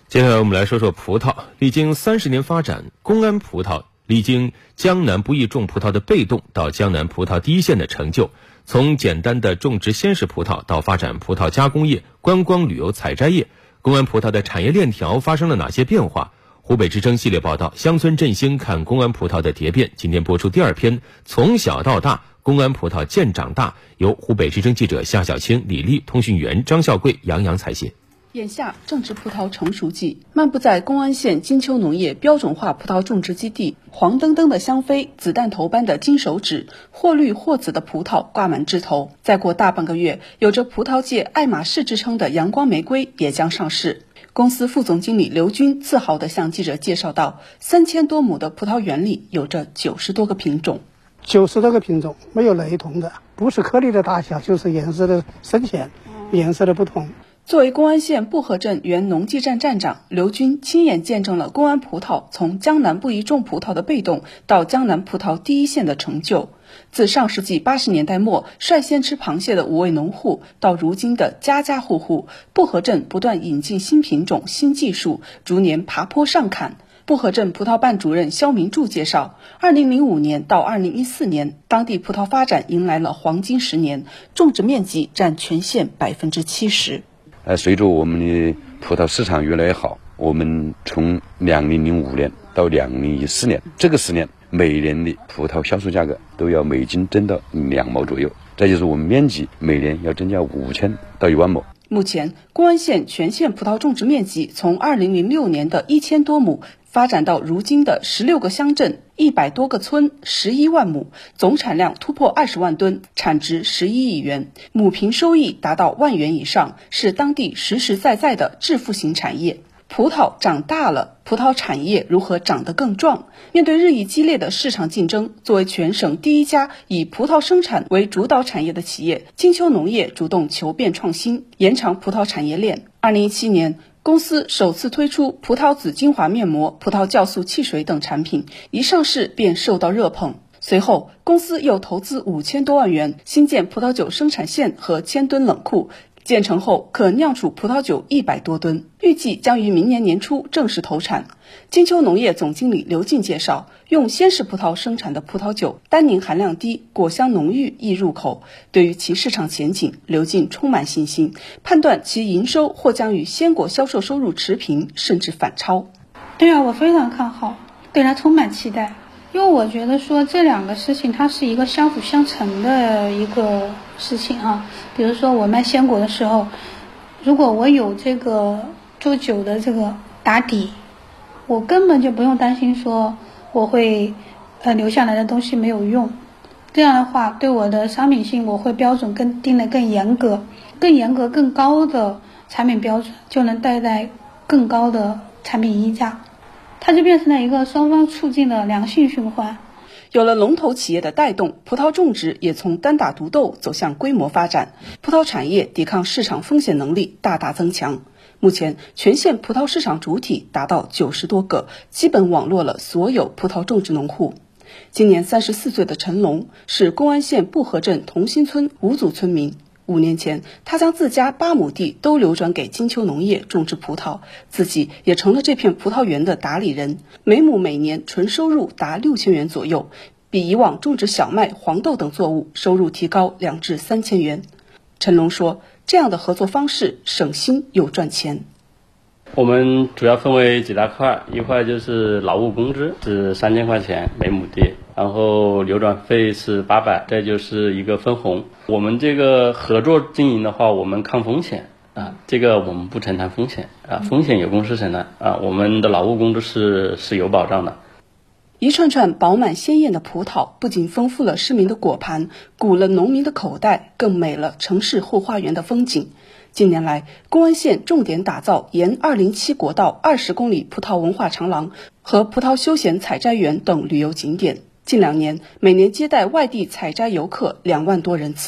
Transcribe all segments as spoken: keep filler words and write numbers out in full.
接下来我们来说说葡萄。历经三十年发展，公安葡萄历经江南不易种葡萄的被动到江南葡萄第一线的成就，从简单的种植鲜食葡萄到发展葡萄加工业、观光旅游采摘业，公安葡萄的产业链条发生了哪些变化？湖北之声系列报道《乡村振兴看公安葡萄的蝶变》，今天播出第二篇，从小到大，公安葡萄渐长大，由湖北之声记者夏小青、李丽、通讯员张孝贵、杨洋采写。 眼下正值葡萄成熟季，漫步在公安县金秋农业标准化葡萄种植基地，黄澄澄的香妃，子弹头般的金手指，或绿或紫的葡萄挂满枝头。再过大半个月，有着葡萄界爱马仕之称的阳光玫瑰也将上市。公司副总经理刘军自豪地向记者介绍道，三千多亩的葡萄园里有着九十多个品种。 九十多个品种没有雷同的，不是颗粒的大小，就是颜色的深浅，颜色的不同。 作为公安县布河镇原农技站站长，刘军亲眼见证了公安葡萄从江南不宜种葡萄的被动到江南葡萄第一线的成就。自上世纪八十年代末率先吃螃蟹的五位农户，到如今的家家户户，布河镇不断引进新品种、新技术，逐年爬坡上坎。布河镇葡萄办主任肖明柱介绍，二零零五年到二零一四年，当地葡萄发展迎来了黄金十年，种植面积占全县百分之七十。 呃，随着我们的葡萄市场越来越好，我们从两零零五年到两零一四年，这个十年每年的葡萄销售价格都要每斤增到两毛左右，再就是我们面积每年要增加五千到一万亩。 目前，公安县全县葡萄种植面积从二零零六年的一千多亩发展到如今的十六个乡镇、一百多个村、十一万亩，总产量突破二十万吨，产值十一亿元，亩平收益达到万元以上，是当地实实在在的致富型产业。葡萄长大了，葡萄产业如何长得更壮？面对日益激烈的市场竞争，作为全省第一家以葡萄生产为主导产业的企业，金秋农业主动求变创新，延长葡萄产业链。二零一七年，公司首次推出葡萄籽精华面膜、葡萄酵素汽水等产品，一上市便受到热捧。随后，公司又投资五千多万元新建葡萄酒生产线和千吨冷库，建成后可酿出葡萄酒一百多吨，预计将于明年年初正式投产。金秋农业总经理刘进介绍，用鲜食葡萄生产的葡萄酒，单宁含量低，果香浓郁，易入口。对于其市场前景，刘进充满信心，判断其营收或将与鲜果销售收入持平，甚至反超。 对啊，我非常看好，对它充满期待。因为我觉得说这两个事情它是一个相辅相成的一个事情啊。比如说我卖鲜果的时候，如果我有这个做酒的这个打底，我根本就不用担心说我会呃留下来的东西没有用。这样的话，对我的商品性我会标准更定得更严格，更严格更高的产品标准就能带来更高的产品溢价。它就变成了一个双方促进的良性循环。 有了龙头企业的带动，葡萄种植也从单打独斗走向规模发展，葡萄产业抵抗市场风险能力大大增强。目前，全县葡萄市场主体达到九十多个，基本网络了所有葡萄种植农户。今年三十四岁的陈龙是公安县布河镇同心村五组村民。五年前，他将自家八亩地都流转给金秋农业种植葡萄，自己也成了这片葡萄园的打理人，每亩每年纯收入达六千元左右，比以往种植小麦、黄豆等作物收入提高两至三千元。陈龙说，这样的合作方式省心又赚钱。 我们主要分为几大块，一块就是劳务工资是三千块钱每亩地，然后流转费是八百，再就是一个分红。我们这个合作经营的话，我们抗风险啊，这个我们不承担风险啊，风险由公司承担啊，我们的劳务工资是是有保障的。 一串串饱满鲜艳的葡萄，不仅丰富了市民的果盘，鼓了农民的口袋，更美了城市后花园的风景。近年来，公安县重点打造沿二零七国道二十公里葡萄文化长廊和葡萄休闲采摘园等旅游景点。近两年，每年接待外地采摘游客两万多人次。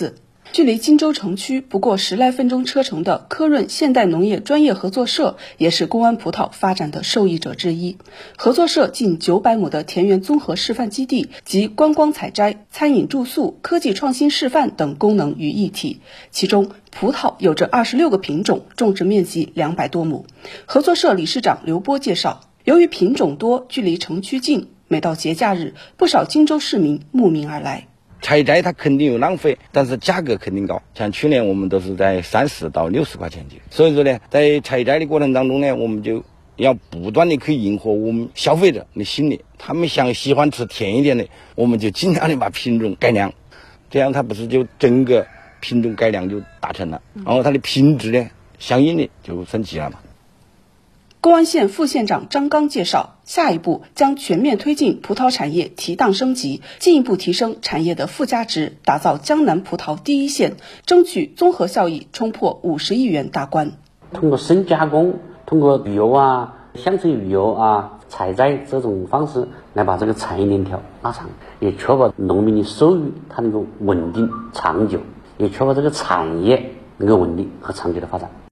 距离荆州城区不过十来分钟车程的科润现代农业专业合作社也是公安葡萄发展的受益者之一。合作社近九百亩的田园综合示范基地集观光采摘、餐饮住宿、科技创新示范等功能于一体，其中葡萄有着二十六个品种，种植面积两百多亩。合作社理事长刘波介绍，由于品种多，距离城区近，每到节假日，不少荆州市民慕名而来。 采摘它肯定有浪费，但是价格肯定高。像去年我们都是在三十到六十块钱斤，所以说呢，在采摘的过程当中呢，我们就要不断的去迎合我们消费者的心理，他们想喜欢吃甜一点的，我们就尽量的把品种改良，这样它不是就整个品种改良就达成了，然后它的品质呢，相应的就升级了嘛。 公安县副县长张刚介绍，下一步将全面推进葡萄产业提档升级，进一步提升产业的附加值，打造江南葡萄第一线，争取综合效益冲破五十亿元大关。 通过深加工，通过育油啊、乡村育油啊、采摘这种方式来把这个产业链条拉长，也确保农民的收入它能够稳定长久，也确保这个产业能够稳定和长久的发展。